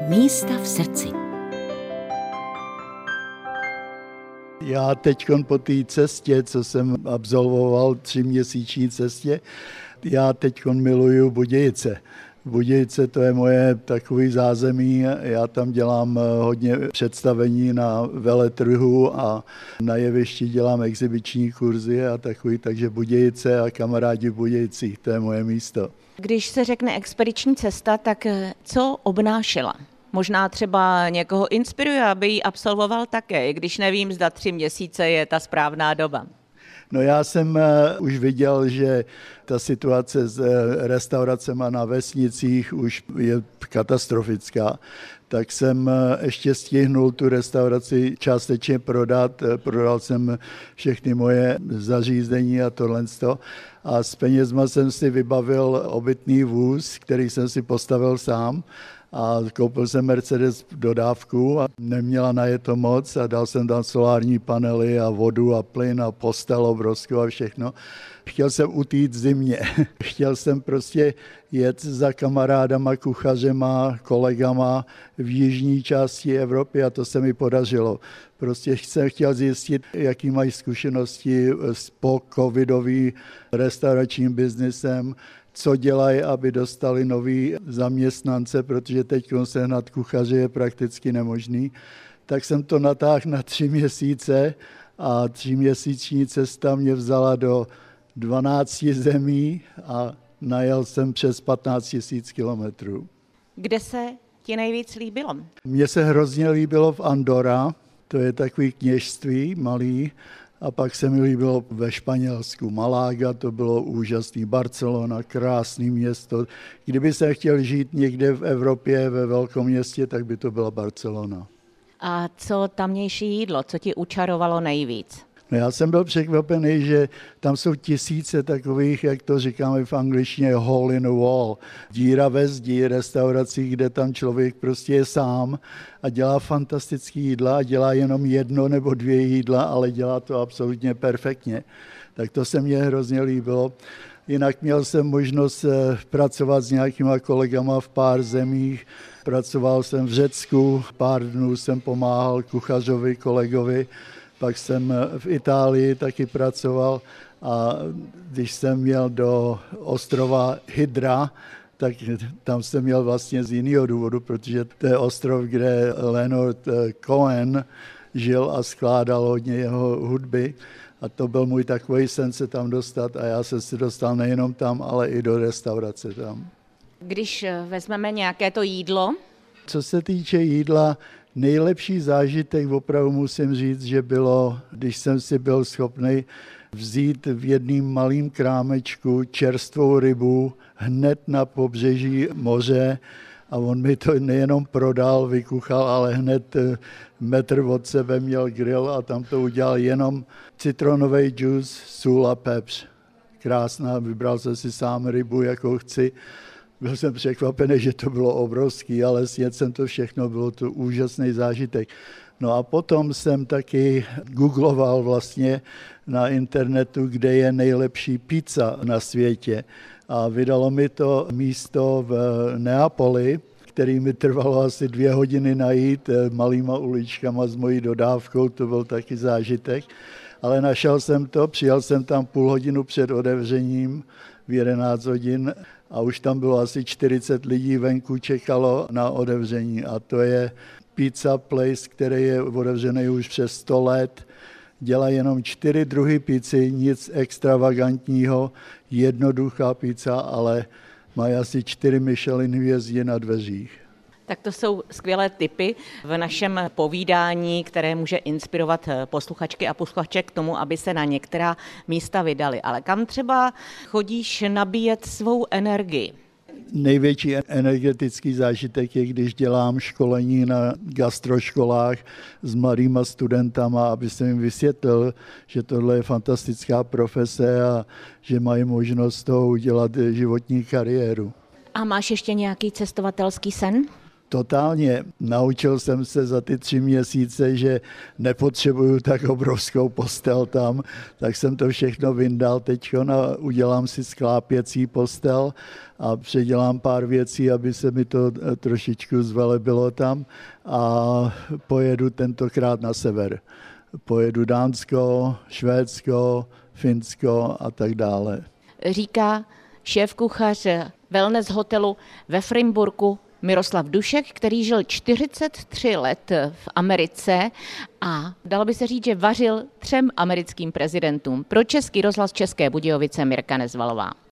Místa v srdci. Já teď po té cestě, co jsem absolvoval 3měsíční cestě, já teď miluju Budějice. Budějice to je moje takový zázemí, já tam dělám hodně představení na veletrhu a na jevišti dělám exibiční kurzy a takový, takže Budějice a kamarádi v Budějicích, to je moje místo. Když se řekne expediční cesta, tak co obnášela? Možná třeba někoho inspiruje, aby ji absolvoval také, i když nevím, zda 3 měsíce je ta správná doba. No já jsem už viděl, že ta situace s restauracemi na vesnicích už je katastrofická, tak jsem ještě stihnul tu restauraci částečně prodat. Prodal jsem všechny moje zařízení a tohle. A s penězma jsem si vybavil obytný vůz, který jsem si postavil sám. A koupil jsem Mercedes dodávku a neměla na je to moc a dal jsem tam solární panely a vodu a plyn a postel obrovskou a všechno. Chtěl jsem utít zimě. Chtěl jsem prostě jet za kamarádama, kuchařema, kolegama v jižní části Evropy a to se mi podařilo. Prostě jsem chtěl zjistit, jaký mají zkušenosti s po-covidovým restauračním biznesem, co dělají, aby dostali nový zaměstnance, protože teď sehnat kuchaře je prakticky nemožný. Tak jsem to natáhl na 3 měsíce a 3měsíční cesta mě vzala do 12 zemí a najel jsem přes 15 000 kilometrů. Kde se ti nejvíc líbilo? Mně se hrozně líbilo v Andorra, to je takový kněžství malý, a pak se mi líbilo ve Španělsku Malága, to bylo úžasný, Barcelona, krásný město. Kdyby se chtěl žít někde v Evropě ve velkém městě, tak by to byla Barcelona. A co tamnější jídlo, co ti učarovalo nejvíc? No já jsem byl překvapený, že tam jsou tisíce takových, jak to říkáme v angličtině, hole in a wall. Díra ve zdi, restaurací, kde tam člověk prostě je sám a dělá fantastické jídla a dělá jenom 1 nebo 2 jídla, ale dělá to absolutně perfektně. Tak to se mně hrozně líbilo. Jinak měl jsem možnost pracovat s nějakýma kolegama v pár zemích. Pracoval jsem v Řecku, pár dnů jsem pomáhal kuchařovi, kolegovi. Pak jsem v Itálii taky pracoval a když jsem měl do ostrova Hydra, tak tam jsem měl vlastně z jiného důvodu, protože to je ostrov, kde Leonard Cohen žil a skládal hodně jeho hudby. A to byl můj takový sen se tam dostat a já jsem se dostal nejenom tam, ale i do restaurace tam. Když vezmeme nějaké to jídlo? Co se týče jídla, nejlepší zážitek opravdu musím říct, že bylo, když jsem si byl schopný vzít v jedním malým krámečku čerstvou rybu hned na pobřeží moře a on mi to nejenom prodal, vykuchal, ale hned metr od sebe měl grill a tam to udělal jenom citronový džus, sůl a pepř. Krásná, vybral jsem si sám rybu, jakou chci. Byl jsem překvapený, že to bylo obrovský, ale snědl jsem to všechno, bylo to úžasný zážitek. No a potom jsem taky googloval vlastně na internetu, kde je nejlepší pizza na světě. A vydalo mi to místo v Neapoli, který mi trvalo asi 2 hodiny najít malýma uličkama s mojí dodávkou, to byl taky zážitek. Ale našel jsem to, přijel jsem tam půl hodinu před otevřením v 11 hodin a už tam bylo asi 40 lidí venku, čekalo na otevření a to je pizza place, který je otevřený už přes 100 let. Dělá jenom 4 druhy pizzy, nic extravagantního, jednoduchá pizza, ale mají asi 4 Michelin hvězdy na dveřích. Tak to jsou skvělé tipy v našem povídání, které může inspirovat posluchačky a posluchače k tomu, aby se na některá místa vydali. Ale kam třeba chodíš nabíjet svou energii? Největší energetický zážitek je, když dělám školení na gastroškolách s mladýma studentama, aby jsem jim vysvětlil, že tohle je fantastická profese a že mají možnost toho udělat životní kariéru. A máš ještě nějaký cestovatelský sen? totálně. Naučil jsem se za ty 3 měsíce, že nepotřebuju tak obrovskou postel tam, tak jsem to všechno vyndal teďko a udělám si sklápěcí postel a předělám pár věcí, aby se mi to trošičku zvelebilo tam a pojedu tentokrát na sever. Pojedu Dánsko, Švédsko, Finsko a tak dále. Říká šéfkuchař wellness hotelu ve Frimburku Miroslav Dušek, který žil 43 let v Americe a dalo by se říct, že vařil 3 americkým prezidentům. Pro Český rozhlas České Budějovice Mirka Nezvalová.